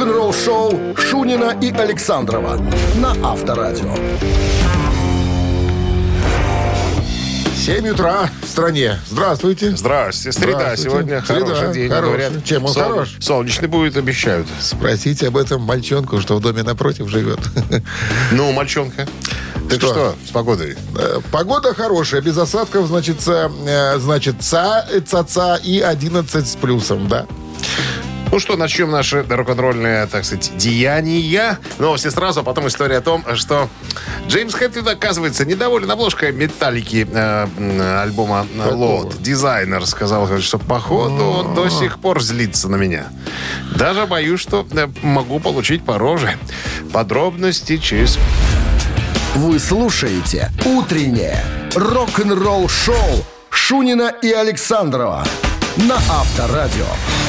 Рок-н-ролл-шоу Шунина и Александрова на Авторадио. 7 утра в стране. Здравствуйте. Здрасте. Среда сегодня. Среда, хороший день, хороший. говорят. Чем он хорош? Солнечный будет, обещают. Спросите об этом мальчонку, что в доме напротив живет. Ну, мальчонка. Так что с погодой? Погода хорошая, без осадков, значит, ца и 11 с плюсом, да. Ну что, начнем наши рок-н-ролльные, так сказать, деяния. Новости сразу, а потом история о том, что Джеймс Хэтфилд, оказывается, недоволен обложкой «Металлики» альбома «Load». Дизайнер сказал, что, походу, он до сих пор злится на меня. Даже боюсь, что могу получить по роже. Подробности через... Вы слушаете «Утреннее рок-н-ролл-шоу» Шунина и Александрова на Авторадио.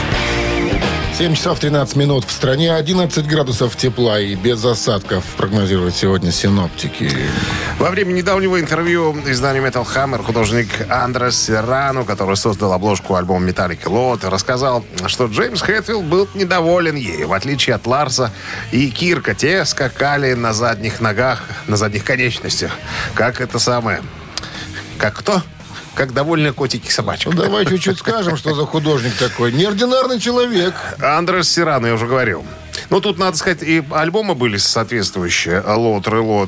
7 часов 13 минут в стране, 11 градусов тепла и без осадков прогнозируют сегодня синоптики. Во время недавнего интервью изданию Metal Hammer художник Андрес Серрано, который создал обложку альбома Metallica Load, рассказал, что Джеймс Хэтфилд был недоволен ею. В отличие от Ларса и Кирка, те скакали на задних ногах, на задних конечностях. Как это самое... Как кто? Как довольные котики и собачки. Ну, давай чуть-чуть скажем, что за художник такой. Неординарный человек. Андрес Серрано, я уже говорил. Ну, тут, надо сказать, и альбомы были соответствующие. «Лот», «Релот»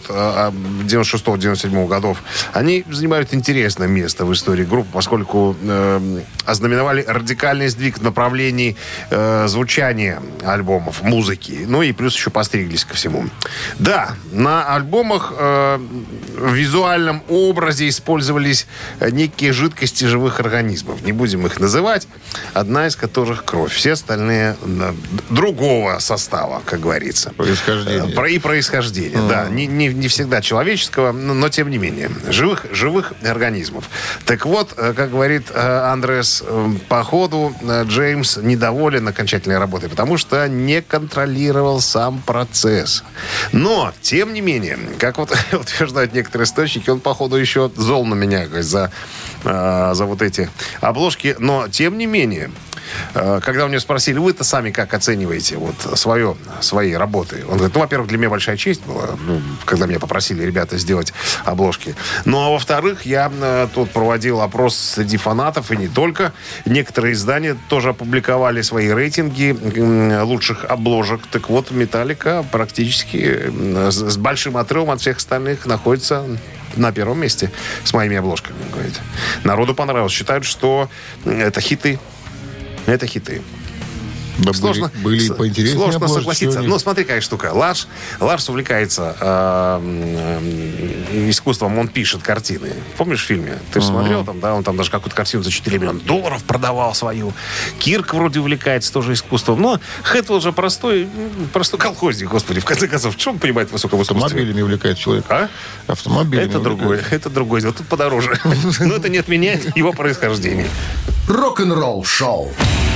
96-97 годов. Они занимают интересное место в истории группы, поскольку ознаменовали радикальный сдвиг в направлении звучания альбомов, музыки. Ну и плюс еще постриглись ко всему. Да, на альбомах в визуальном образе использовались некие жидкости живых организмов. Не будем их называть. Одна из которых кровь. Все остальные другого состава, как говорится. Происхождение. И происхождение, да. Не всегда человеческого, но тем не менее. Живых организмов. Так вот, как говорит Андрес, по ходу Джеймс недоволен окончательной работой, потому что не контролировал сам процесс. Но, тем не менее, как вот утверждают некоторые источники, он, по ходу, еще зол на меня за вот эти обложки. Но, тем не менее, когда у него спросили, вы-то сами как оцениваете вот свои работы? Он говорит, во-первых, для меня большая честь была, когда меня попросили ребята сделать обложки. Ну, а во-вторых, я тут проводил опрос среди фанатов, и не только. Некоторые издания тоже опубликовали свои рейтинги лучших обложек. Так вот, «Металлика» практически с большим отрывом от всех остальных находится на первом месте с моими обложками, говорит. Народу понравилось. Считают, что это хиты. Это хиты. Да, сложно, были поинтереснее сложно согласиться. Сегодня. Ну, смотри, какая штука. Ларс увлекается искусством. Он пишет картины. Помнишь в фильме? Ты же смотрел там, да? Он там даже какую-то картину за $4 миллиона продавал свою. Кирк вроде увлекается тоже искусством. Но Хэтфилд же простой колхозник, господи. В конце концов, что он понимает в высоком искусстве? Автомобилями увлекает человек. А? Автомобилями Это другое дело. Тут подороже. Но это не отменяет его происхождение. Рок-н-ролл-шоу.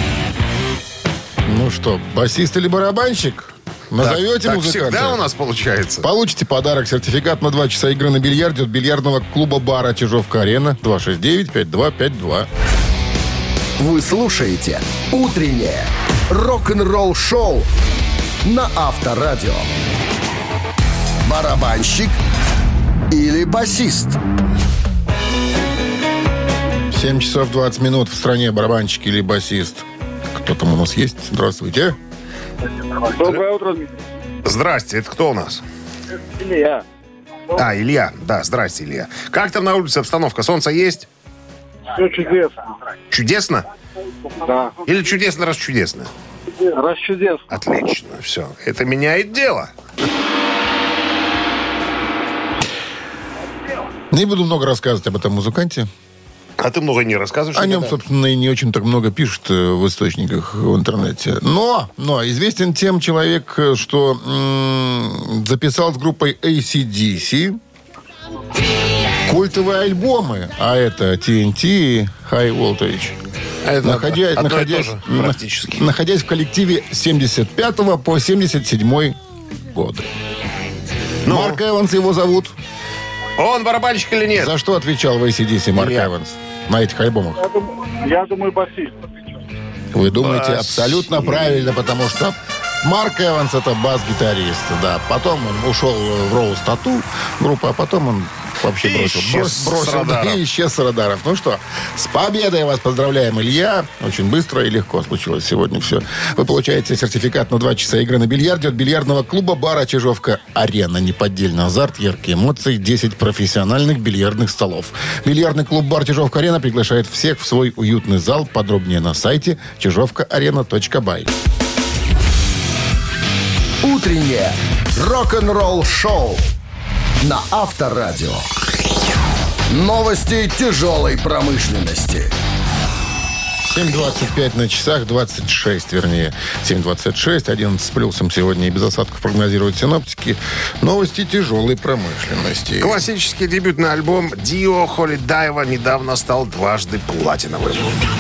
Ну что, басист или барабанщик? Назовете так музыканта? всегда у нас получается. Получите подарок. Сертификат на 2 часа игры на бильярде от бильярдного клуба-бара «Чижовка-арена». 269-5252. Вы слушаете «Утреннее рок-н-ролл-шоу» на Авторадио. Барабанщик или басист? 7 часов 20 минут в стране. Барабанщик или басист? Кто там у нас есть? Здравствуйте. Доброе утро, Дмитрий. Здрасте, это кто у нас? Илья. Илья. Да, здрасте, Илья. Как там на улице обстановка? Солнце есть? Все чудесно. Чудесно? Да. Или чудесно, раз чудесно? Раз чудесно. Отлично, все. Это меняет дело. Не буду много рассказывать об этом музыканте. А ты много не рассказываешь? О нем, никогда? собственно, и не очень так много пишут в источниках в интернете. Но известен тем человек, что записал с группой AC/DC культовые альбомы. А это TNT и High Voltage. Практически. Находясь в коллективе с 75 по 77 годы. Марк Эванс его зовут. Он барабанщик или нет? За что отвечал в AC/DC Марк Илья. Эванс на этих альбомах? Я думаю, басист. Вы думаете абсолютно правильно, потому что Марк Эванс — это бас-гитарист, да. Потом он ушел в Rose Tattoo группу, а потом он вообще бросил и исчез с радаров. Ну что, с победой вас поздравляем, Илья. Очень быстро и легко случилось сегодня все. Вы получаете сертификат на 2 часа игры на бильярде от бильярдного клуба бара «Чижовка-Арена». Неподдельный азарт, яркие эмоции, 10 профессиональных бильярдных столов. Бильярдный клуб бар «Чижовка-Арена» приглашает всех в свой уютный зал. Подробнее на сайте чижовкаарена.бай. Утреннее рок-н-ролл-шоу на Авторадио. Новости тяжелой промышленности. 7:25 на часах, 26, вернее, 7:26, 11 с плюсом сегодня и без осадков прогнозируют синоптики. Новости тяжелой промышленности. Классический дебютный альбом Дио Холидайва недавно стал дважды платиновым.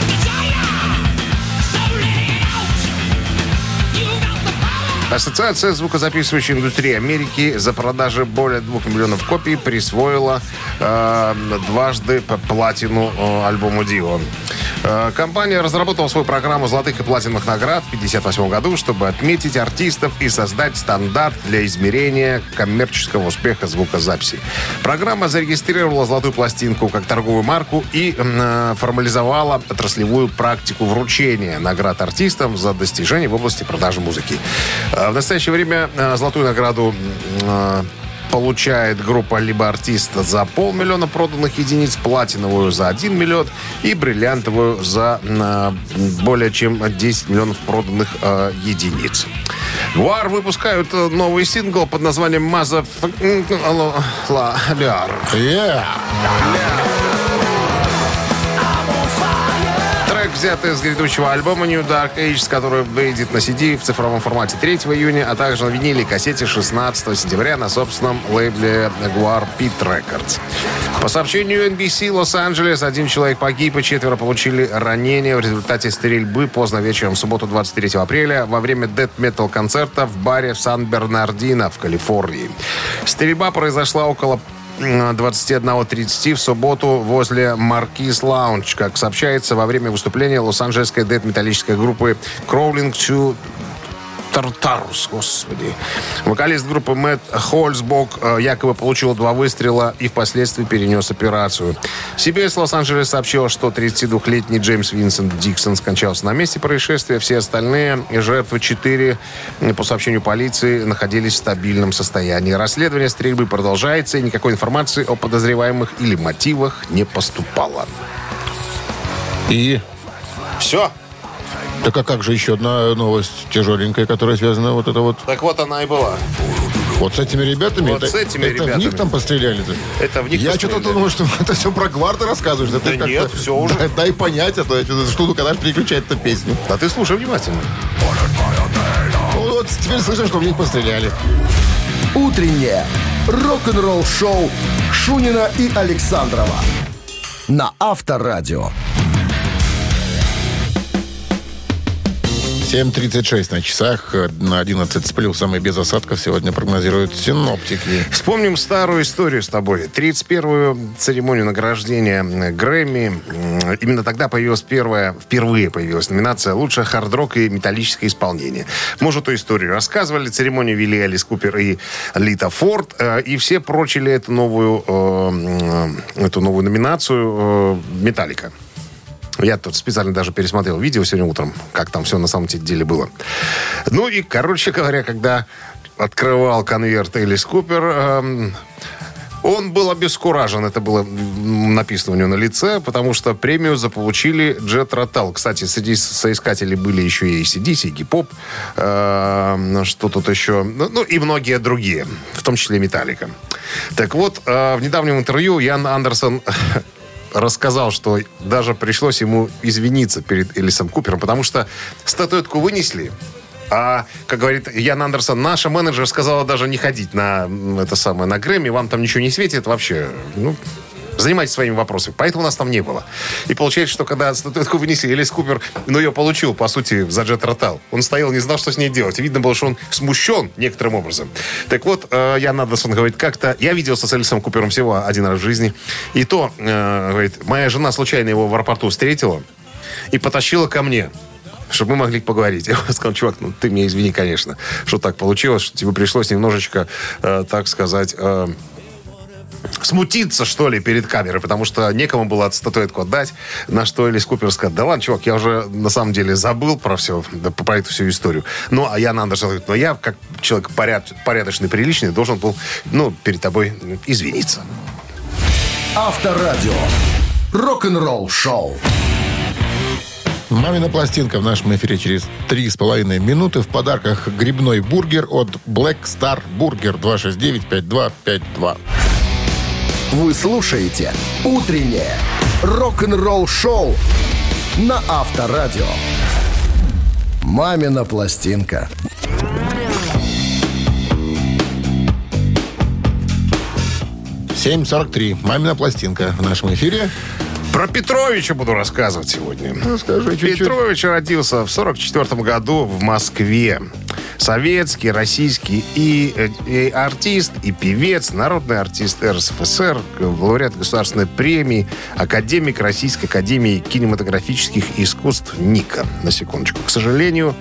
Ассоциация звукозаписывающей индустрии Америки за продажи более 2 миллионов копий присвоила дважды платину альбому Дио. Компания разработала свою программу золотых и платиновых наград в 1958 году, чтобы отметить артистов и создать стандарт для измерения коммерческого успеха звукозаписи. Программа зарегистрировала золотую пластинку как торговую марку и формализовала отраслевую практику вручения наград артистам за достижения в области продажи музыки. В настоящее время золотую награду получает группа либо артиста за 500 000 проданных единиц, платиновую за 1 миллион и бриллиантовую за более чем 10 миллионов проданных единиц. Гуар выпускают новый сингл под названием «Маза Ляр». Трек взят из грядущего альбома New Dark Age, который выйдет на CD в цифровом формате 3 июня, а также на виниле и кассете 16 сентября на собственном лейбле Guar Pit Records. По сообщению NBC, Лос-Анджелес, 1 человек погиб и 4 получили ранения в результате стрельбы поздно вечером в субботу 23 апреля во время дэт-метал-концерта в баре в Сан-Бернардино в Калифорнии. Стрельба произошла около 21:30 в субботу возле Marquis Lounge. Как сообщается, во время выступления лос-анджелесской дэт-металлической группы Crawling to Tartarus, господи. Вокалист группы Мэтт Хольцбок якобы получил 2 выстрела и впоследствии перенес операцию. CBS Лос-Анджелес сообщил, что 32-летний Джеймс Винсент Диксон скончался на месте происшествия. Все остальные жертвы, 4, по сообщению полиции, находились в стабильном состоянии. Расследование стрельбы продолжается, и никакой информации о подозреваемых или мотивах не поступало. И все. Так а как же еще одна новость тяжеленькая, которая связана вот это вот... Так вот она и была. Вот с этими ребятами? Вот с этими ребятами. В них там постреляли-то? Это в них Я что-то думаю, что это все про Гварда рассказываешь. Да нет, все уже. Дай понять, а то что когда же переключать эту песню. А ты слушай внимательно. Ну, вот теперь слышим, что в них постреляли. Утреннее рок-н-ролл-шоу Шунина и Александрова на Авторадио. 7:36 на часах, на 11 с плюсом и без осадков сегодня прогнозируют синоптики. Вспомним старую историю с тобой. 31-ю церемонию награждения Грэмми. Именно тогда впервые появилась номинация «Лучшее хард-рок и металлическое исполнение». Мы уже эту историю рассказывали. Церемонию вели Элис Купер и Лита Форд. И все прочили эту новую номинацию «Металлика». Я тут специально даже пересмотрел видео сегодня утром, как там все на самом деле было. Ну и, короче говоря, когда открывал конверт Элис Купер, он был обескуражен. Это было написано у него на лице, потому что премию заполучили Jet Rotal. Кстати, среди соискателей были еще и AC/DC, Iggy Pop, что тут еще, ну и многие другие, в том числе Металлика. Так вот, в недавнем интервью Ян Андерсон рассказал, что даже пришлось ему извиниться перед Элисом Купером, потому что статуэтку вынесли, а, как говорит Ян Андерсон, наша менеджер сказала даже не ходить на Грэмми, вам там ничего не светит вообще, занимайтесь своими вопросами. Поэтому нас там не было. И получается, что когда статуэтку вынесли, Элис Купер, ее получил, по сути, за Jet Rotal. Он стоял, не знал, что с ней делать. И видно было, что он смущен некоторым образом. Так вот, Ян Андерсон говорит, как-то я виделся с Элисом Купером всего один раз в жизни. И то, говорит, моя жена случайно его в аэропорту встретила и потащила ко мне. чтобы мы могли поговорить. Я сказал, чувак, ну ты меня извини, конечно, что так получилось, что тебе пришлось немножечко, так сказать... смутиться, что ли, перед камерой, потому что некому было статуэтку отдать, на что Элис Купер сказал, да ладно, чувак, я уже на самом деле забыл про все, про эту всю историю. Ну, а Ян Андерсон говорит, но я, как человек порядочный, приличный, должен был, перед тобой извиниться. Авторадио. Рок-н-ролл шоу. «Мамина пластинка» в нашем эфире через 3,5 минуты. В подарках грибной бургер от Black Star Burger 269-5252. Вы слушаете «Утреннее рок-н-ролл-шоу» на Авторадио. «Мамина пластинка». «7:43». «Мамина пластинка» в нашем эфире. Про Петровича буду рассказывать сегодня. Скажи чуть-чуть. Петрович родился в 1944 году в Москве. Советский, российский и артист, и певец, народный артист РСФСР, лауреат государственной премии, академик Российской академии кинематографических искусств НИКа. На секундочку. К сожалению,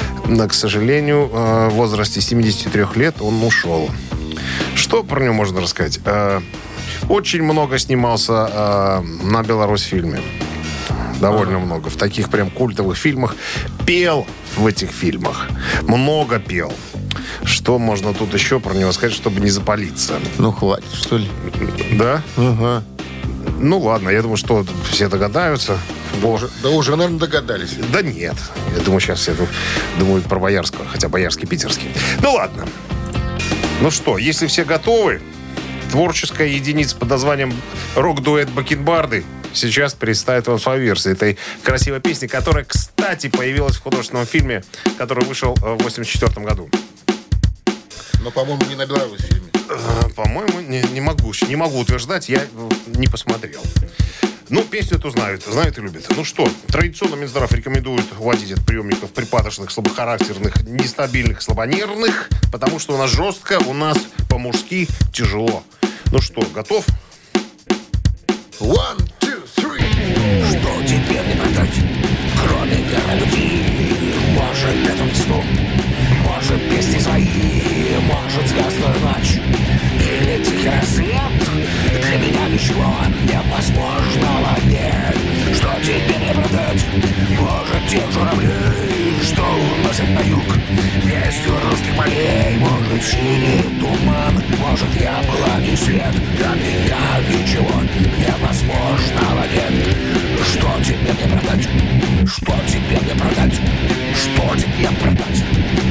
в возрасте 73 лет он ушел. Что про него можно рассказать? Очень много снимался на Беларусь-фильме. Довольно много. В таких прям культовых фильмах. Пел в этих фильмах. Много пел. Что можно тут еще про него сказать, чтобы не запалиться? Ну, хватит, что ли? Да? Ага. Ну, ладно. Я думаю, что все догадаются. Да уже, наверное, догадались. Да нет. Я думаю, сейчас все думают про Боярского. Хотя Боярский питерский. Ну, ладно. Ну что, если все готовы, творческая единица под названием «Рок-дуэт Бакенбарды» сейчас представит вам свою версию этой красивой песни, которая, кстати, появилась в художественном фильме, который вышел в 1984 году. Но, по-моему, не на Беларусь фильме. По-моему, не могу утверждать, я не посмотрел. Ну, песню эту знают и любят. Ну что, традиционно Минздрав рекомендует уводить от приемников припадочных, слабохарактерных, нестабильных, слабонервных, потому что у нас жестко, у нас по-мужски тяжело. Ну что, готов? 1, 2, 3. Что тебе не продать, кроме верной любви? Может, это весну, может, песни свои, может, звездную ночь или тихий рассвет. Для меня ничего невозможного нет. Что тебе не продать, может, тех журавлей, что уносят на юг песню русских полей. Может, синий туман, может, я была не свет. Для меня ничего невозможного нет. Что тебе не продать, что тебе не продать, что тебе продать?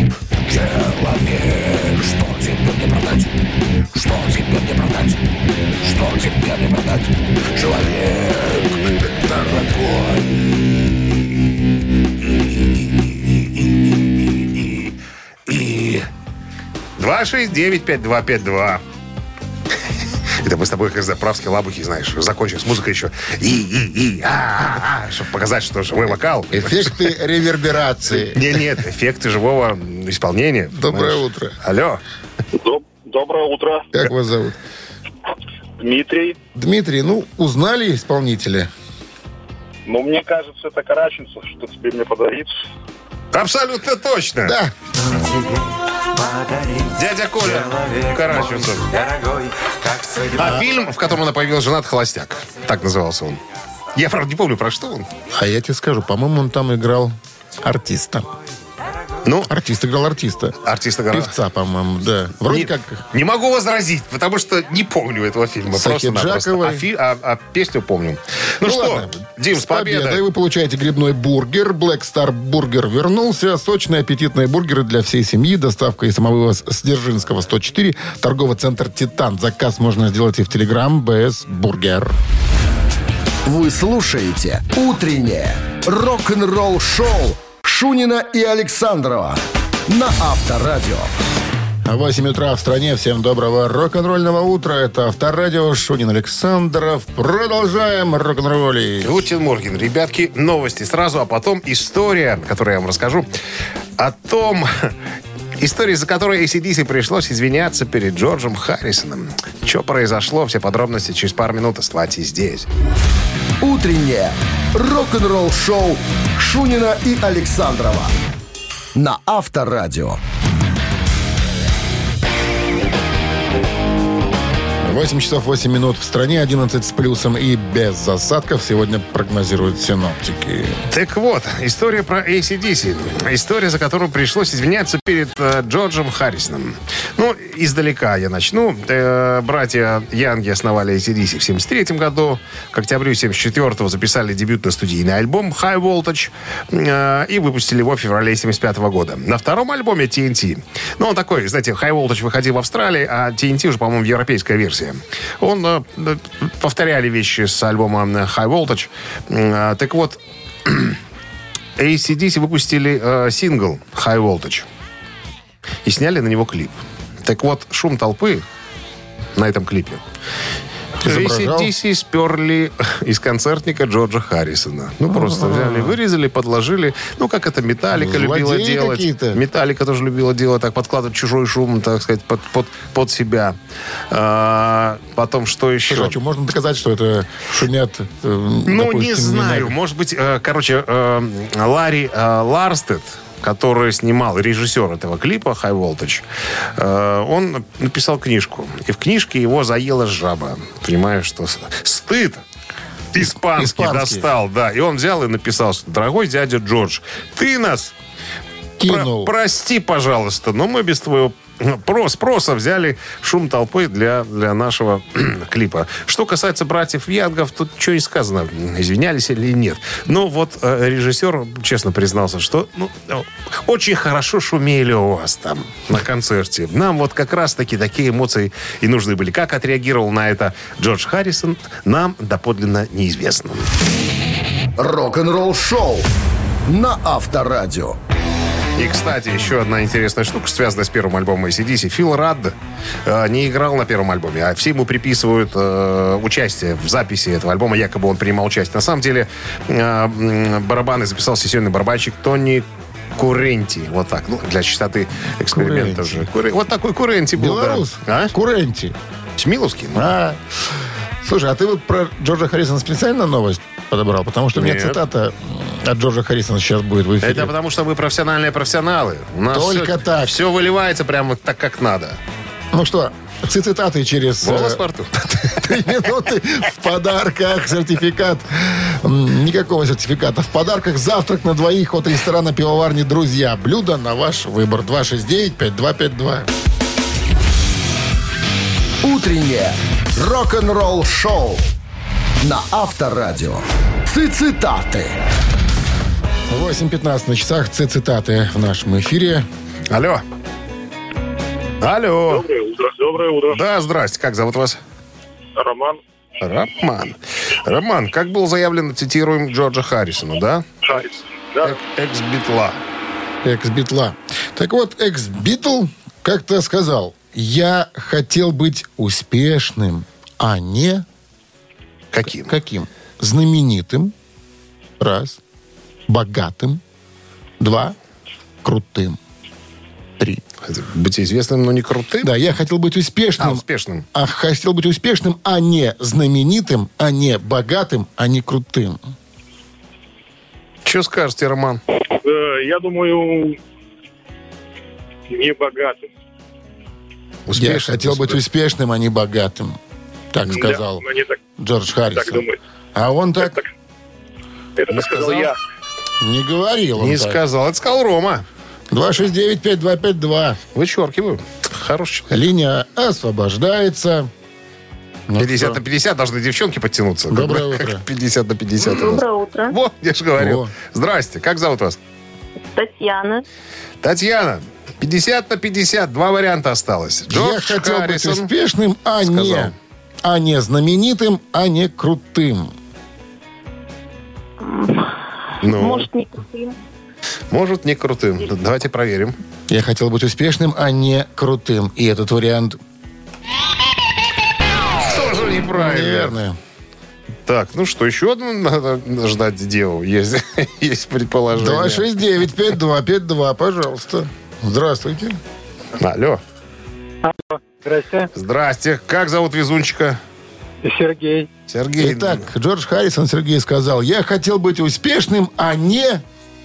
Человек, что тебе не продать, что тебе не продать, что тебе не продать? Человек, дорогой. 269-5252. Это мы с тобой, как заправские лабухи, знаешь, закончим с музыкой еще. Чтобы показать, что живой вокал. Эффекты реверберации. Нет, эффекты живого исполнения. Доброе утро. Алло. Доброе утро. Как вас зовут? Дмитрий. Дмитрий, узнали исполнителя? Мне кажется, это Караченцев, что тебе мне подарить. Абсолютно точно. Да. Дядя Коля Караченцев. А фильм, в котором она появилась, «Женат холостяк». Так назывался он. Я, правда, не помню, про что он. А я тебе скажу, по-моему, он там играл артиста. Артист играл артиста. Артист играл. Певца, по-моему, да. Вроде как... Не могу возразить, потому что не помню этого фильма. Просто-напросто. А песню помню. Ну что, ладно. Дим, с победой. Вы получаете грибной бургер. Black Star Burger вернулся. Сочные, аппетитные бургеры для всей семьи. Доставка и самовывоз с Дзержинского, 104. Торговый центр «Титан». Заказ можно сделать и в Телеграм БС Бургер. Вы слушаете «Утреннее рок-н-ролл-шоу» Шунина и Александрова на Авторадио. 8 утра в стране. Всем доброго рок-н-ролльного утра. Это Авторадио. Шунин, Александров. Продолжаем рок-н-роллить. Гутен Морген. Ребятки, новости сразу, а потом история, которую я вам расскажу, о том... История, за которой AC/DC пришлось извиняться перед Джорджем Харрисоном. Что произошло? Все подробности через пару минут. Оставайтесь здесь. Утреннее рок-н-ролл-шоу Шунина и Александрова на Авторадио. 8 часов 8 минут в стране, 11 с плюсом и без засадков сегодня прогнозируют синоптики. Так вот, история про AC/DC. История, за которую пришлось извиняться перед Джорджем Харрисоном. Ну, издалека я начну. Братья Янги основали AC/DC в 1973 году. К октябрю 1974 записали дебютный студийный альбом High Voltage и выпустили его в феврале 1975 года. На втором альбоме TNT. Ну, он такой, знаете, High Voltage выходил в Австралии, а TNT уже, по-моему, европейская версия. Он повторяли вещи с альбома High Voltage. Так вот, AC/DC выпустили сингл High Voltage и сняли на него клип. Так вот, шум толпы на этом клипе AC/DC сперли из концертника Джорджа Харрисона. Ну, просто взяли, вырезали, подложили. Ну, как это Металлика любила делать. Какие-то. Металлика тоже любила делать, так подкладывать чужой шум, так сказать, под себя. Потом, что еще? Слушай, а что, можно доказать, что это шумят, ну, допустим, не знаю. Может быть, Ларри Ларстед, который снимал, режиссер этого клипа High Voltage, он написал книжку. И в книжке его заела жаба. Понимаешь, что стыд испанский достал. Да. И он взял и написал, что: дорогой дядя Джордж, ты нас кинул. Прости, пожалуйста, но мы без твоего спроса взяли шум толпы для нашего клипа. Что касается братьев Янгов, тут что и сказано, извинялись или нет. Но вот режиссер честно признался, что очень хорошо шумели у вас там на концерте. Нам вот как раз-таки такие эмоции и нужны были. Как отреагировал на это Джордж Харрисон, нам доподлинно неизвестно. Рок-н-ролл-шоу на Авторадио. И, кстати, еще одна интересная штука, связанная с первым альбомом AC/DC. Фил Радд не играл на первом альбоме, а все ему приписывают участие в записи этого альбома. Якобы он принимал участие. На самом деле барабаны записал сессионный барабанщик Тони Куренти. Вот так. Ну, для чистоты эксперимента же. Вот такой Куренти был. Белорус? Да. Куренти. Смиловский. Слушай, а ты вот про Джорджа Харрисона специально новость подобрал? Потому что у меня цитата от Джорджа Харрисона сейчас будет в эфире. Это потому, что вы профессиональные профессионалы. У нас только так. Все выливается прямо так, как надо. Ну что, цитаты через... Голос во рту. 3 минуты в подарках. Сертификат. Никакого сертификата. В подарках завтрак на двоих от ресторана пивоварни «Друзья». Блюдо на ваш выбор. 269-5252. Утреннее рок-н-ролл-шоу на Авторадио. Цитаты. 8:15 на часах. Цитаты в нашем эфире. Алло. Доброе утро. Доброе утро. Да, здрасте. Как зовут вас? Роман. Роман, как было заявлено, цитируем Джорджа Харрисона, да? Харрис. Да. Экс-битла. Экс-битла. Так вот, экс-битл как-то сказал: я хотел быть успешным, а не... Каким? Каким? Знаменитым. Раз. Богатым. 2. Крутым. 3. Быть известным, но не крутым? Да, я хотел быть успешным. Успешным. Хотел быть успешным, а не знаменитым, а не богатым, а не крутым. Что скажете, Роман? Я думаю, не богатым. Я хотел быть успешным, а не богатым. Так сказал Джордж Харрисон. Так думаю. А он так... Это сказал я. Не говорил он Не так. сказал. Это сказал Рома. 269-5252. Вычеркиваю. Хороший человек. Линия освобождается. 50 на 50 должны девчонки подтянуться. Доброе Как утро. 50 на 50. Доброе утро. Вот, я же говорил. Во. Здрасте. Как зовут вас? Татьяна. Татьяна. 50 на 50. 2 варианта осталось. Я Джордж хотел быть Харрисон успешным, а не знаменитым, а не крутым. Ну, Может, не крутым. может, не крутым. Давайте проверим. Я хотел быть успешным, а не крутым. И этот вариант Тоже неправильно. неверный. Так, ну что, еще одну надо ждать деву? Есть, есть предположение. 269-5252, пожалуйста. Здравствуйте. Алло. Здрасте. Здрасте. Как зовут везунчика? Сергей. Сергей. Итак, Джордж Харрисон, Сергей сказал, я хотел быть успешным, а не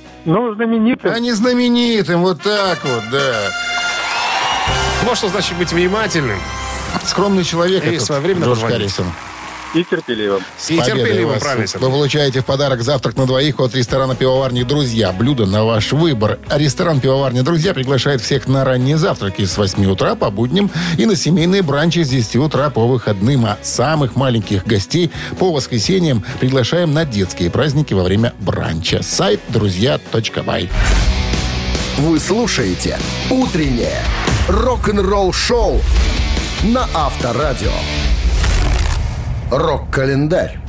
знаменитым. Вот так вот, да. Вот что значит быть внимательным. Скромный человек И этот своевременно Джордж позвонить. Харрисон. И терпеливым. И терпеливым, правильно, Вы Сергей. получаете в подарок завтрак на двоих от ресторана «Пивоварни Друзья». Блюдо на ваш выбор. А ресторан «Пивоварни Друзья» приглашает всех на ранние завтраки с 8 утра по будням и на семейные бранчи с 10 утра по выходным. А самых маленьких гостей по воскресеньям приглашаем на детские праздники во время бранча. Сайт друзья.бай. Вы слушаете «Утреннее рок-н-ролл-шоу» на Авторадио. Рок-календарь.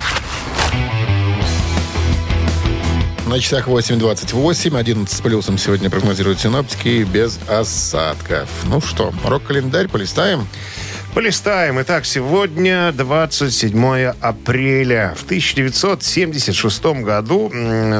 На часах 8:28, 11 с плюсом сегодня прогнозируют синоптики без осадков. Ну что, рок-календарь полистаем? Полистаем. Итак, сегодня 27 апреля. В 1976 году,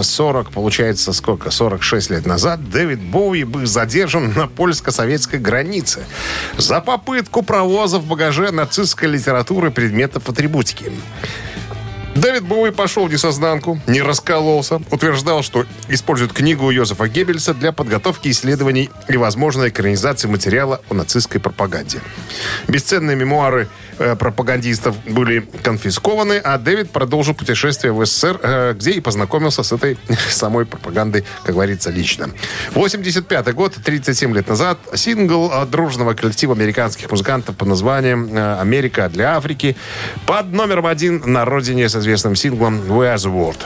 46 лет назад, Дэвид Боуи был задержан на польско-советской границе за попытку провоза в багаже нацистской литературы предметов атрибутики. Дэвид Боуи пошел в несознанку, не раскололся, утверждал, что использует книгу Йозефа Геббельса для подготовки исследований и возможной экранизации материала о нацистской пропаганде. Бесценные мемуары пропагандистов были конфискованы, а Дэвид продолжил путешествие в СССР, где и познакомился с этой самой пропагандой, как говорится, лично. 85-й год, 37 лет назад, сингл дружного коллектива американских музыкантов под названием «Америка для Африки» под номером 1 на родине с известным синглом «We Are The World».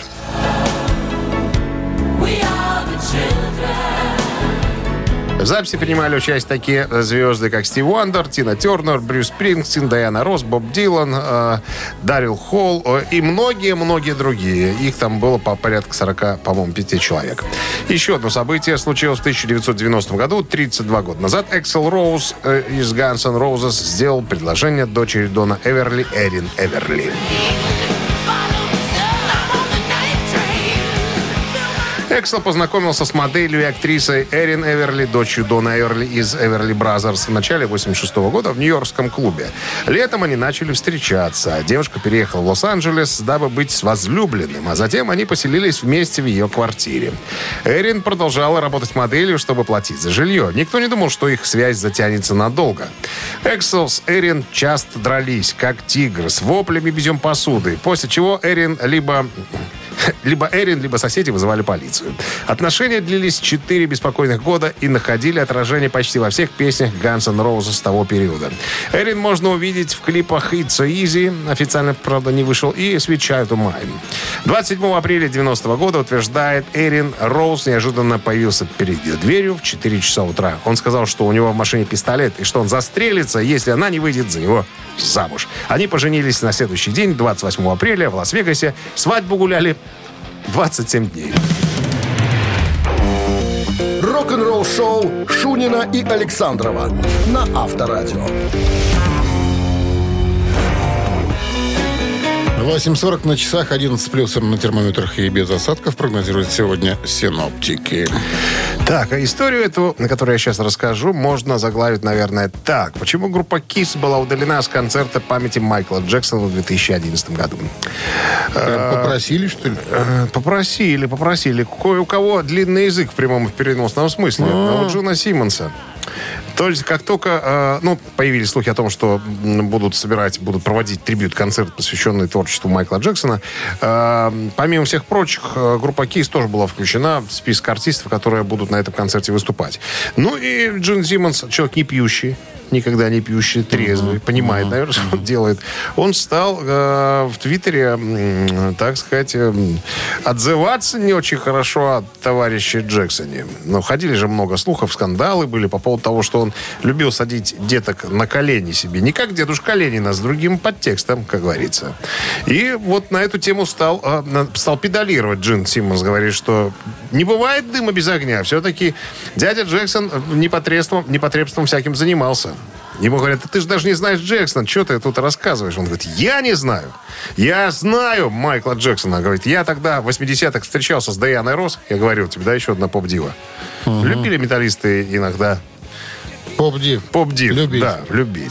В записи принимали участие такие звезды, как Стив Уандер, Тина Тернер, Брюс Спрингстин, Дайана Росс, Боб Дилан, Даррил Холл и многие-многие другие. Их там было по порядка 40, по-моему, 5 человек. Еще одно событие случилось в 1990 году, 32 года назад. Эксел Роуз из Guns N' Roses сделал предложение дочери Дона Эверли, Эрин Эверли. Эксел познакомился с моделью и актрисой Эрин Эверли, дочерью Дона Эверли из Эверли Бразерс, в начале 1986 года в нью-йоркском клубе. Летом они начали встречаться. Девушка переехала в Лос-Анджелес, дабы быть с возлюбленным, а затем они поселились вместе в ее квартире. Эрин продолжала работать моделью, чтобы платить за жилье. Никто не думал, что их связь затянется надолго. Эксел с Эрин часто дрались, как тигр, с воплями и битьем посуды, после чего Эрин либо Эрин, либо соседи вызывали полицию. Отношения длились 4 беспокойных года и находили отражение почти во всех песнях Guns N' Roses того периода. Эрин можно увидеть в клипах «It's So Easy», официально, правда, не вышел, и «Sweet Child of Mine». 27 апреля 90 года, утверждает Эрин, Роуз неожиданно появился перед ее дверью в 4 часа утра. Он сказал, что у него в машине пистолет и что он застрелится, если она не выйдет за него замуж. Они поженились на следующий день, 28 апреля, в Лас-Вегасе. Свадьбу гуляли 27 дней. Рок-н-ролл-шоу Шунина и Александрова на Авторадио. 8:40 на часах, 11 с плюсом на термометрах и без осадков прогнозируют сегодня синоптики. Так, а историю эту, на которую я сейчас расскажу, можно заглавить, наверное, так. Почему группа KISS была удалена с концерта памяти Майкла Джексона в 2011 году? Попросили, что ли? Попросили. Кое у кого длинный язык в прямом и в переносном смысле. А у Джона Симмонса. То есть, как только появились слухи о том, что будут проводить трибьют-концерт, посвященный творчеству Майкла Джексона, помимо всех прочих, группа KISS тоже была включена в список артистов, которые будут на этом концерте выступать. Ну и Джон Симмонс, человек не пьющий, никогда не пьющий, трезвый, понимает, наверное, что он делает. Он стал в Твиттере, так сказать, отзываться не очень хорошо о товарище Джексоне. Но ходили же много слухов, скандалы были по поводу того, что он любил садить деток на колени себе. Не как дедушка Ленин, а с другим подтекстом, как говорится. И вот на эту тему стал педалировать Джон Симмонс. Говорит, что не бывает дыма без огня. Все-таки дядя Джексон непотребством всяким занимался. Ему говорят, ты же даже не знаешь Джексона, что ты тут рассказываешь? Он говорит, я не знаю. Я знаю Майкла Джексона. Говорит, я тогда в 80-х встречался с Дайаной Росс. Я говорил тебе, да, еще одна поп-дива. Любили металлисты иногда Поп-див. Поп-див, любить. да, любить.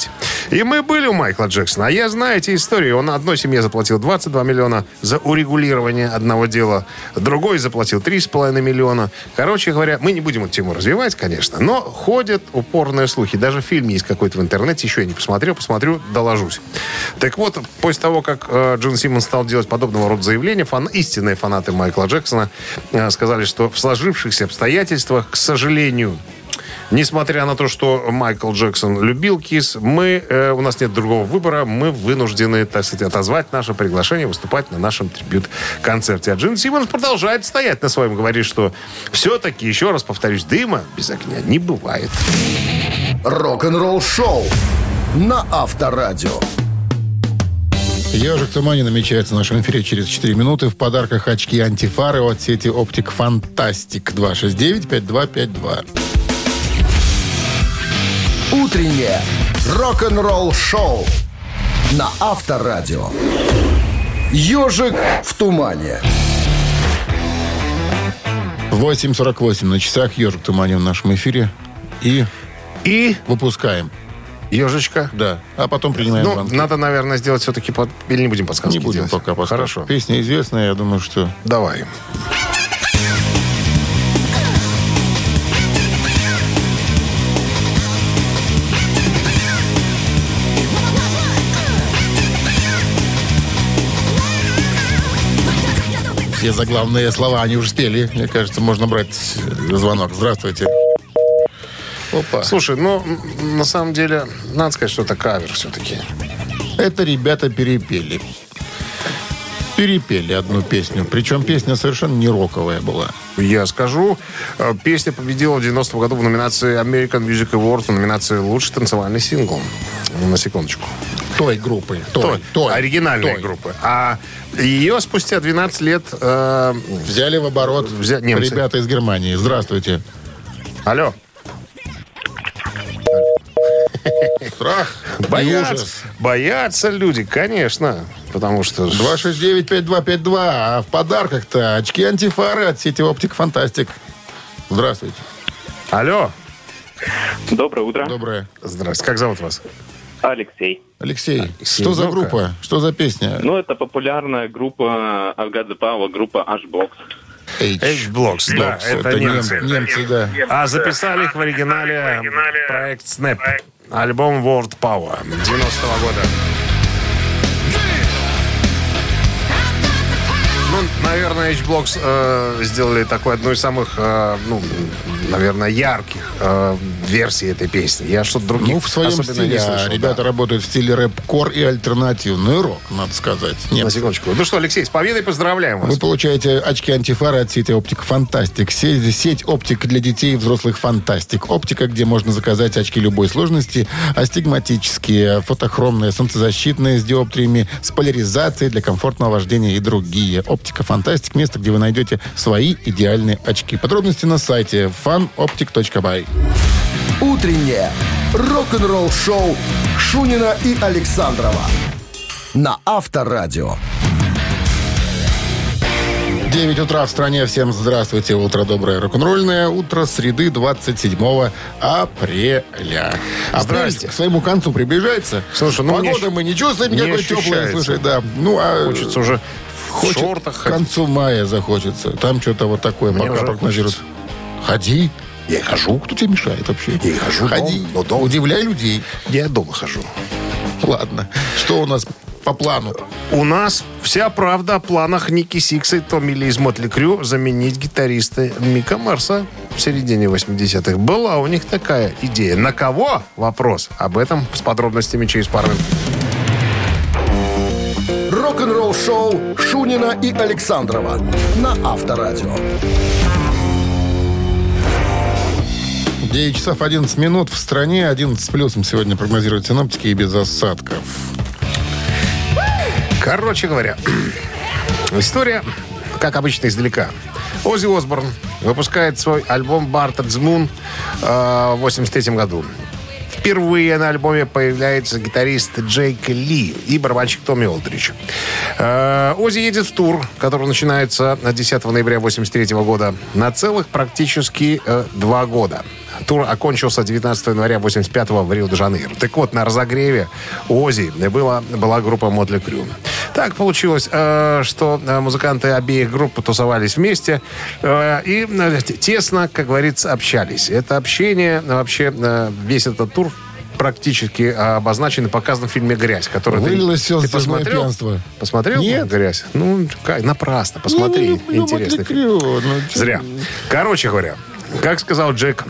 И мы были у Майкла Джексона. А я знаю эти истории. Он одной семье заплатил 22 миллиона за урегулирование одного дела. Другой заплатил 3,5 миллиона. Короче говоря, мы не будем эту тему развивать, конечно. Но ходят упорные слухи. Даже фильм есть какой-то в интернете. Еще я не посмотрел. Посмотрю, доложусь. Так вот, после того, как Джин Симмонс стал делать подобного рода заявления, истинные фанаты Майкла Джексона сказали, что в сложившихся обстоятельствах, к сожалению, несмотря на то, что Майкл Джексон любил Кисс, у нас нет другого выбора, мы вынуждены, так сказать, отозвать наше приглашение выступать на нашем трибьют-концерте. А Джин Симмонс продолжает стоять на своем, говорит, что все-таки, еще раз повторюсь, дыма без огня не бывает. Рок-н-ролл шоу на Авторадио. «Ежик в тумане» намечается в нашем эфире через 4 минуты. В подарках очки антифары от сети «Оптик Фантастик». 269-5252. Утреннее рок-н-ролл шоу на Авторадио. «Ежик в тумане». 8:48 на часах. «Ежик в тумане» в нашем эфире. И выпускаем. Ежечка. Да. А потом принимаем звонки. Надо, наверное, сделать все-таки... Или не будем подсказки Не будем делать? пока подсказки. Хорошо. Песня известная, я думаю, что... Давай. Все заглавные слова они уже спели. Мне кажется, можно брать звонок. Здравствуйте. Опа. Слушай, на самом деле, надо сказать, что это кавер все-таки. Это ребята перепели. Перепели одну песню. Причем песня совершенно не роковая была. Я скажу, песня победила в 90-м году в номинации American Music Awards, в номинации «Лучший танцевальный сингл». На секундочку. Той группы. Той. Оригинальной группы. А ее спустя 12 лет... взяли в оборот немцы. Ребята из Германии. Здравствуйте. Алло. Страх. Боятся люди, конечно. Потому что... 269-5252. А в подарках-то очки антифары от сети «Оптик Фантастик». Здравствуйте. Алло. Доброе утро. Доброе. Здравствуйте. Как зовут вас? Алексей. Алексей, что за группа? Что за песня? Это популярная группа I've Got the Power, группа H-Box. H-Blocks, да, это немцы. Немцы, да. А записали их в оригинале проект Snap. Альбом World Power 90-го года. Наверное, H-Blocks сделали такой одну из самых, наверное, ярких версий этой песни. Я что-то других в своем особенно стиле. не слышал. Ребята работают в стиле рэп-кор и альтернативный рок, надо сказать. На секундочку. Ну что, Алексей, с победой поздравляем вас. Вы получаете очки антифары от сети «Оптик Фантастик». Сеть оптик для детей и взрослых «Фантастик». Оптика, где можно заказать очки любой сложности, астигматические, фотохромные, солнцезащитные с диоптриями, с поляризацией для комфортного вождения и другие. «Оптика Фантастик» — место, где вы найдете свои идеальные очки. Подробности на сайте fanoptic.by. Утреннее рок-н-ролл-шоу Шунина и Александрова на Авторадио. 9 утра в стране. Всем здравствуйте. Утро доброе, рок-н-ролльное. Утро среды 27 апреля. Здрасте. К своему концу приближается. Слушай, погода мы не чувствуем никакой теплой. Слушай, да. Хочется уже в шортах к концу мая захочется. Там что-то вот такое Мне пока прогнозируют. Ходи. Я и хожу. Кто тебе мешает вообще? Я и хожу. Ходи. Дом. Удивляй людей. Я дома хожу. Ладно. Что у нас по плану? У нас вся правда о планах Ники Сикса и Томми Ли из Мотли Крю заменить гитариста Мика Марса в середине 80-х. Была у них такая идея. На кого? Вопрос. Об этом с подробностями через пару минут. Рок-н-ролл-шоу Шунина и Александрова на Авторадио. 9 часов 11 минут в стране. 11 с плюсом сегодня прогнозируют синоптики и без осадков. Короче говоря, история, как обычно, издалека. Оззи Осборн выпускает свой альбом «Barted's Moon» в 83 году. Впервые на альбоме появляется гитарист Джейк Ли и барабанщик Томми Олдридж. Оззи едет в тур, который начинается 10 ноября 83 года, на целых практически 2 года. Тур окончился 19 января 85-го в Рио-де-Жанейро. Так вот, на разогреве у Оззи была группа Motley Crue. Так получилось, что музыканты обеих групп тусовались вместе и тесно, как говорится, общались. Это общение, вообще весь этот тур практически обозначен и показан в фильме «Грязь», который вылилось все ты в посмотрел? пьянство. Посмотрел? Нет. «Грязь»? Ну, напрасно. Посмотри. Интересный фильм. Зря. Короче говоря, как сказал Джейк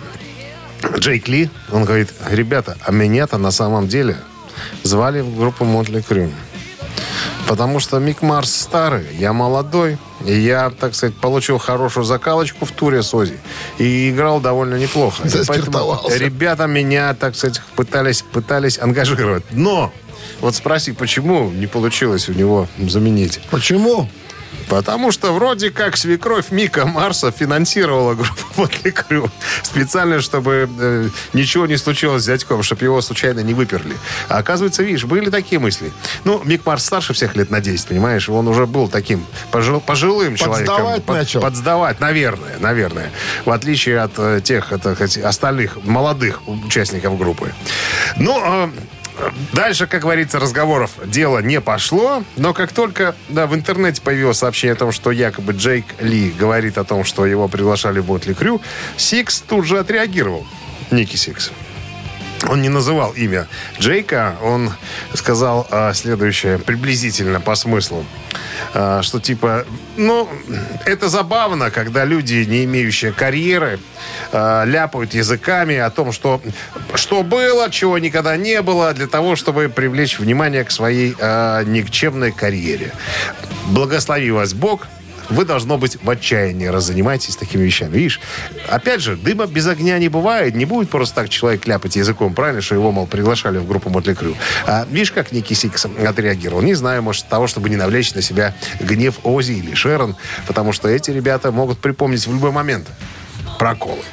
Ли, он говорит: ребята, а меня-то на самом деле звали в группу Motley Crue. Потому что Мик Марс старый, я молодой, и я, так сказать, получил хорошую закалочку в туре с Оззи. И играл довольно неплохо. Поэтому ребята меня, так сказать, пытались ангажировать. Но, вот спроси, почему не получилось у него заменить? Почему? Потому что вроде как свекровь Мика Марса финансировала группу Motley Crue специально, чтобы ничего не случилось с дядьком, чтобы его случайно не выперли. А оказывается, видишь, были такие мысли. Ну, Мик Марс старше всех лет на 10, понимаешь? Он уже был таким пожилым человеком. Подсдавать начал. Подсдавать, наверное. В отличие от тех остальных молодых участников группы. Ну, дальше, как говорится, разговоров дело не пошло, но как только в интернете появилось сообщение о том, что якобы Джейк Ли говорит о том, что его приглашали в Motley Crue, Сикс тут же отреагировал. Ники Сикс. Он не называл имя Джейка, он сказал следующее, приблизительно по смыслу, что типа, ну, это забавно, когда люди, не имеющие карьеры, ляпают языками о том, что было, чего никогда не было, для того, чтобы привлечь внимание к своей никчемной карьере. Благослови вас Бог. Вы, должно быть, в отчаянии, раз занимаетесь такими вещами. Видишь, опять же, дыма без огня не бывает. Не будет просто так человек ляпать языком, правильно, что его, мол, приглашали в группу Motley Crue. А видишь, как Ники Сикс отреагировал? Не знаю, может, того, чтобы не навлечь на себя гнев Оззи или Шерон, потому что эти ребята могут припомнить в любой момент проколы.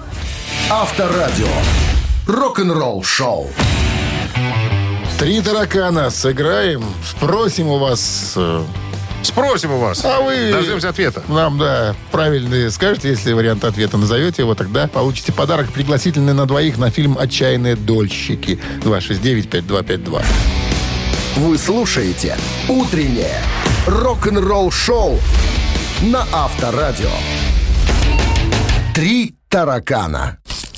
Авторадио. Рок-н-ролл шоу. Три таракана сыграем. Спросим у вас... Спросим у вас. А вы дождемся ответа. Нам, да, правильный скажете, если вариант ответа назовете его, тогда получите подарок пригласительный на двоих на фильм «Отчаянные дольщики». 269-5252. Вы слушаете «Утреннее рок-н-ролл-шоу» на Авторадио. Три таракана.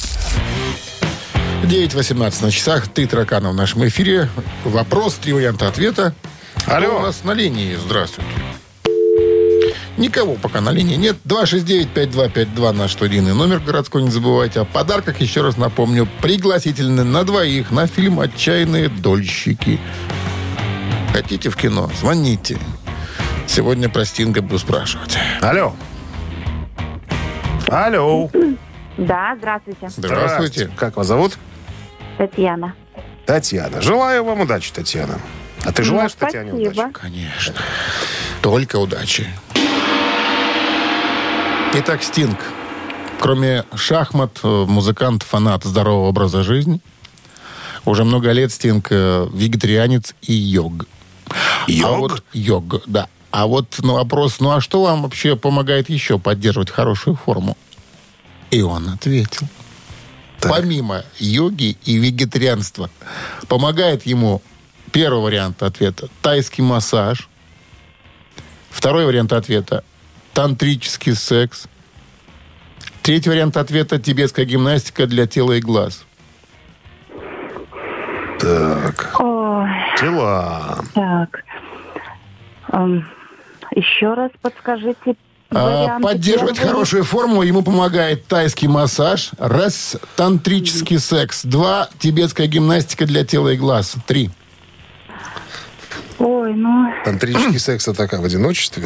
9:18 на часах. Три таракана в нашем эфире. Вопрос, три варианта ответа. Алло. Кто у нас на линии? Здравствуйте. Никого пока на линии нет. 269-5252 наш студийный номер городской, не забывайте. О подарках, еще раз напомню, пригласительный на двоих на фильм «Отчаянные дольщики». Хотите в кино? Звоните. Сегодня про Стинга буду спрашивать. Алло. Алло. Да, здравствуйте. Здравствуйте. Как вас зовут? Татьяна. Татьяна. Желаю вам удачи, Татьяна. А ты желаешь Татьяне удачи? Конечно. Только удачи. Итак, Стинг. Кроме шахмат, музыкант, фанат здорового образа жизни. Уже много лет Стинг вегетарианец и йог. Йог? А вот йог, да. А вот вопрос, а что вам вообще помогает еще поддерживать хорошую форму? И он ответил. Так. Помимо йоги и вегетарианства, помогает ему первый вариант ответа – тайский массаж. Второй вариант ответа – тантрический секс. Третий вариант ответа – тибетская гимнастика для тела и глаз. Так. Ой. Дела. Так. Еще раз подскажите. Поддерживать хорошую форму ему помогает тайский массаж. Раз, тантрический секс. 2, тибетская гимнастика для тела и глаз. 3. Ой, Тантрический секс — это как, в одиночестве?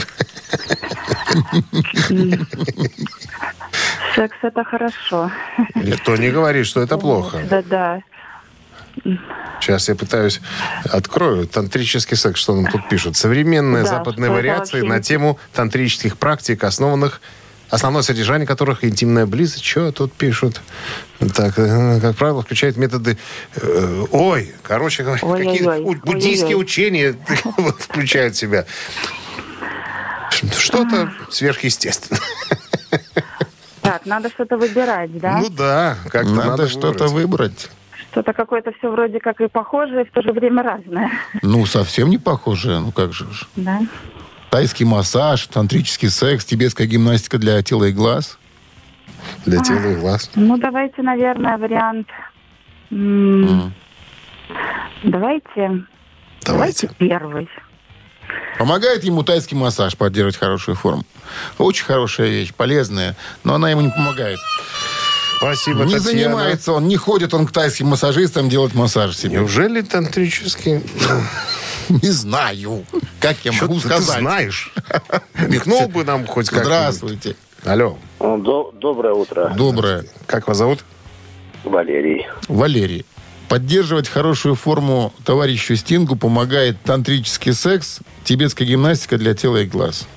Секс — это хорошо. Никто не говорит, что это плохо. Да. Сейчас я пытаюсь... Открою тантрический секс, что нам тут пишут. Современные западные вариации на тему тантрических практик, основное содержание которых интимная близость. Что тут пишут? Так, как правило, включает методы... короче говоря, какие буддийские учения включают в себя. Что-то сверхъестественное. Так, надо что-то выбирать, да? Ну да, как-то Надо что-то выбрать. Что-то какое-то все вроде как и похожее, в то же время разное. Ну, совсем не похожее. Ну, как же. Да. Тайский массаж, тантрический секс, тибетская гимнастика для тела и глаз. Для тела и глаз. Ну, давайте, наверное, вариант... Давайте первый. Помогает ему тайский массаж поддерживать хорошую форму. Очень хорошая вещь, полезная, но она ему не помогает. Спасибо, Не Татьяна. занимается он, не ходит он к тайским массажистам делать массаж себе. Неужели тантрический? Не знаю. Как я могу Что ты сказать? знаешь? Михнул бы нам хоть как-нибудь. Здравствуйте. Алло. Доброе утро, Доброе. Как вас зовут? Валерий. Валерий. Поддерживать хорошую форму товарищу Стингу помогает тантрический секс, тибетская гимнастика для тела и глаз.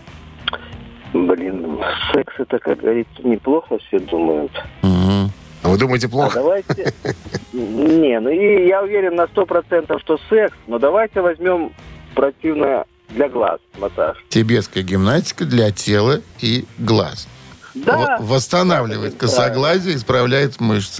Блин, секс это, как говорится, неплохо все думают. Угу. А вы думаете А плохо? давайте... Не, ну и я уверен на 100%, что секс, но давайте возьмем противное для глаз массаж. Тибетская гимнастика для тела и глаз. Да. Восстанавливает косоглазие, исправляет мышцы.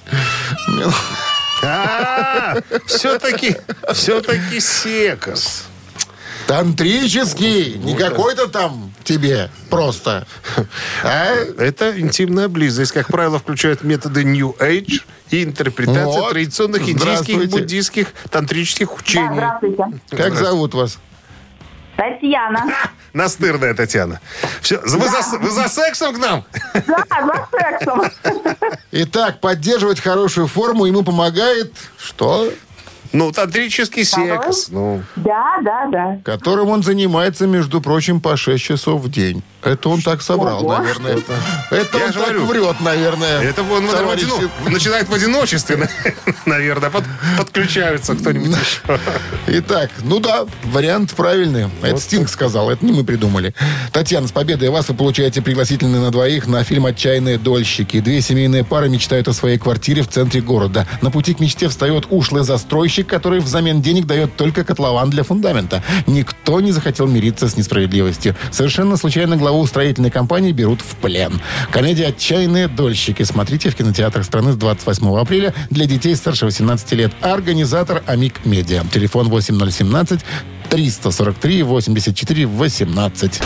Все-таки секс. Тантрический, не какой-то там тебе просто. А? Это интимная близость. Как правило, включает методы New Age и интерпретация Вот. традиционных индийских, Здравствуйте. буддийских, тантрических Да, учений. здравствуйте. Как зовут вас? Татьяна. Настырная Татьяна. Все, вы за сексом к нам? Да, за сексом. Итак, поддерживать хорошую форму ему помогает что? Ну, тантрический секс. Ну, Да. Которым он занимается, между прочим, по 6 часов в день. Это он так собрал, Ого. наверное. Это Я он же так говорю, врет, наверное. это он Товарищи. начинает в одиночестве, наверное. Подключаются кто-нибудь еще. Итак, ну да, вариант правильный. Это Стинг сказал, это не мы придумали. Татьяна, с победой вас вы получаете пригласительные на двоих на фильм «Отчаянные дольщики». Две семейные пары мечтают о своей квартире в центре города. На пути к мечте встает ушлый застройщик, который взамен денег дает только котлован для фундамента. Никто не захотел мириться с несправедливостью. Совершенно случайно главу строительной компании берут в плен. Комедия «Отчаянные дольщики». Смотрите в кинотеатрах страны с 28 апреля для детей старше 18 лет. Организатор «Амик Медиа». Телефон 8017 343 84 18.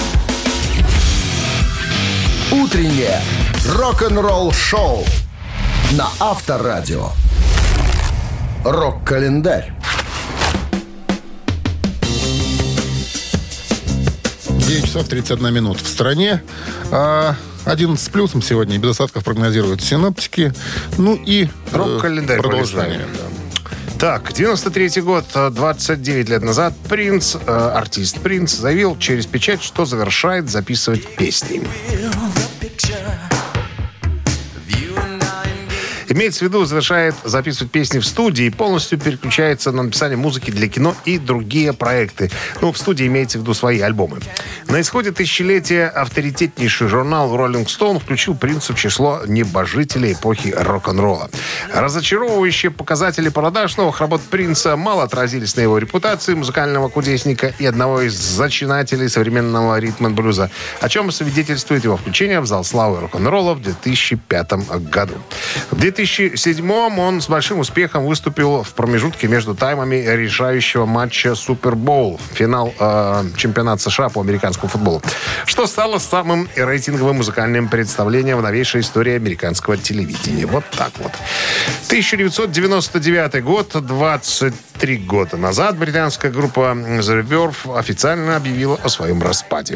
Утреннее рок-н-ролл-шоу на Авторадио. Рок-календарь. 9 часов 31 минут. В стране 11 с плюсом сегодня. Без осадков прогнозируют синоптики. Ну и Рок-календарь продолжение. полистаем. Так, 93-й год, 29 лет назад, артист Принц, заявил через печать, что завершает записывать песни. Имеется в виду, завершает записывать песни в студии и полностью переключается на написание музыки для кино и другие проекты. Ну, в студии имеется в виду свои альбомы. На исходе тысячелетия авторитетнейший журнал Rolling Stone включил Принца в число небожителей эпохи рок-н-ролла. Разочаровывающие показатели продаж новых работ Принца мало отразились на его репутации музыкального кудесника и одного из зачинателей современного ритм-н-блюза, о чем свидетельствует его включение в зал славы рок-н-ролла в 2005 году. В 2007-м он с большим успехом выступил в промежутке между таймами решающего матча Супербоул, финал чемпионата США по американскому футболу, что стало самым рейтинговым музыкальным представлением в новейшей истории американского телевидения. Вот так вот. 1999 год, 23 года назад, британская группа The Verve официально объявила о своем распаде.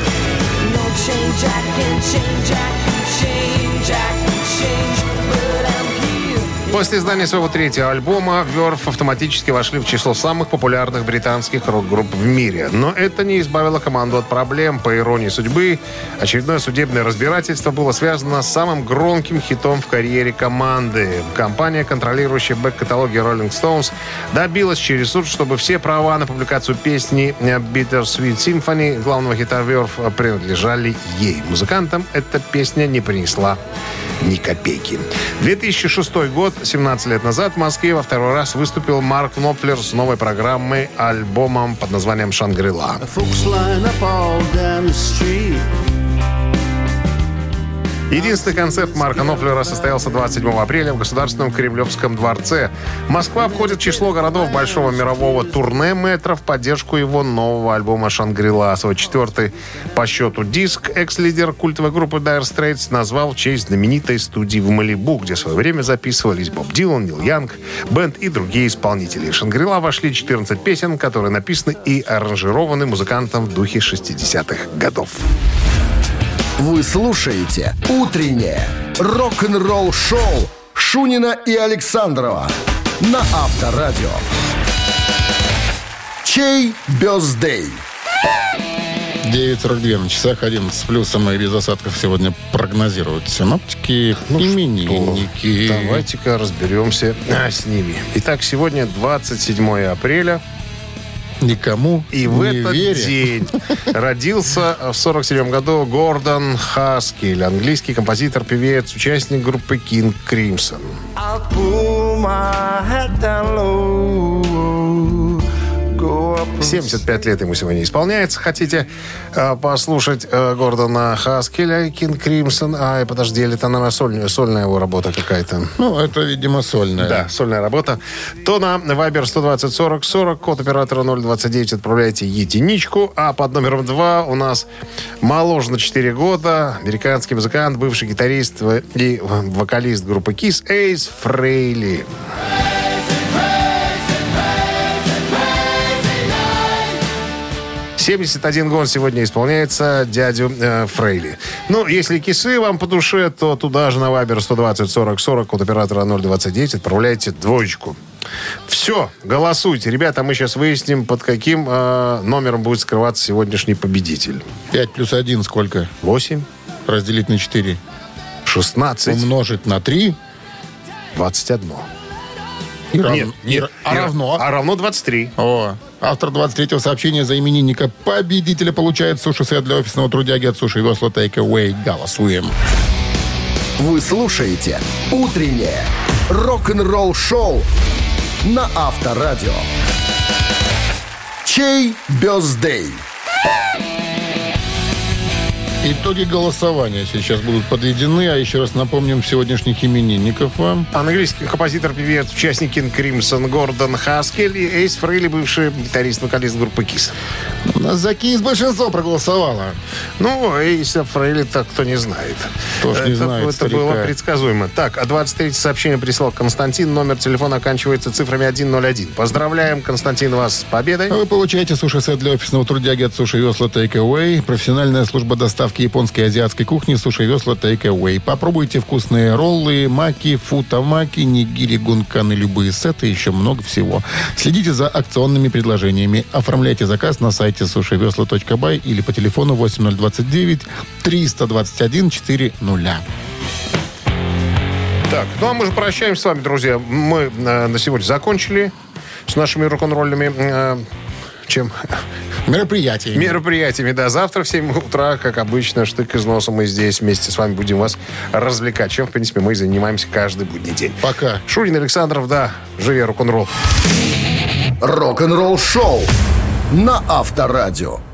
После издания своего третьего альбома Verve автоматически вошли в число самых популярных британских рок-групп в мире. Но это не избавило команду от проблем. По иронии судьбы, очередное судебное разбирательство было связано с самым громким хитом в карьере команды. Компания, контролирующая бэк-каталоги Rolling Stones, добилась через суд, чтобы все права на публикацию песни Bittersweet Symphony, главного хита Verve, принадлежали ей. Музыкантам эта песня не принесла ни копейки. 2006 год, 17 лет назад, в Москве во второй раз выступил Марк Knopfler с новой программой, альбомом под названием «Шангри-Ла». Единственный концерт Марка Knopfler состоялся 27 апреля в Государственном Кремлевском дворце. Москва входит в число городов большого мирового турне метро в поддержку его нового альбома «Шангри-Ла». Свой 4-й по счету диск экс-лидер культовой группы Dire Straits назвал в честь знаменитой студии в Малибу, где в свое время записывались Боб Дилан, Нил Янг, бэнд и другие исполнители. В «Шангри-Ла» вошли 14 песен, которые написаны и аранжированы музыкантом в духе 60-х годов. Вы слушаете «Утреннее рок-н-ролл-шоу» Шунина и Александрова на Авторадио. Чей бёздей? 9:42 на часах, 11 с плюсом и без осадков сегодня прогнозируют синоптики, именинники. Давайте-ка разберемся с ними. Итак, сегодня 27 апреля. Никому и в этот день родился в 47 году Гордон Хаскель, английский композитор, певец, участник группы King Crimson. 75 лет ему сегодня исполняется. Хотите послушать Гордона Хаскеля, King Crimson? Подожди, или это, наверное, сольная его работа какая-то? Ну, это, видимо, сольная. Да, сольная работа. То на Viber 120-40-40, код оператора 029, отправляйте единичку. А под номером 2 у нас моложе на 4 года, американский музыкант, бывший гитарист и вокалист группы Kiss Эйс Фрейли. 71 год сегодня исполняется дядю Фрейли. Ну, если кисы вам по душе, то туда же на Viber 120-40-40, код оператора 029, отправляйте двоечку. Все, голосуйте. Ребята, мы сейчас выясним, под каким номером будет скрываться сегодняшний победитель. 5 плюс 1 сколько? 8. Разделить на 4. 16. Умножить на 3. 21. Равно. А равно 23. О, автор 23-го сообщения за именинника победителя получает суши-сет для офисного трудяги от Суши Весла Take Away. Голосуем. Вы слушаете «Утреннее рок-н-ролл-шоу» на Авторадио. Чей бёздей? Итоги голосования сейчас будут подведены. А еще раз напомним сегодняшних именинников вам. Английский композитор, певец, участник King Crimson Гордон Хаскель и Эйс Фрейли, бывший гитарист-вокалист группы Kiss. У нас за Kiss большинство проголосовало. Ну, Эйса Фрейли-то кто не знает. Тоже не знает, это было предсказуемо. Так, а 23-е сообщение прислал Константин. Номер телефона оканчивается цифрами 101. Поздравляем, Константин, вас с победой. Вы получаете суши-сет для офисного трудяги от Суши Весла Take Away. Профессиональная служба доставки японской и азиатской кухни Суши Весла Take Away. Попробуйте вкусные роллы, маки, футамаки, нигири, гункан и любые сеты, еще много всего. Следите за акционными предложениями. Оформляйте заказ на сайте sushivesla.by или по телефону 8029 321 400. Так, ну а мы же прощаемся с вами, друзья. Мы на сегодня закончили с нашими рок-н-ролльными мероприятиями, да. Завтра в 7 утра, как обычно, штык из носа, мы здесь вместе с вами будем вас развлекать. Чем, в принципе, мы и занимаемся каждый будний день. Пока. Шунин, Александров, да. Живи рок-н-ролл. Рок-н-ролл шоу на Авторадио.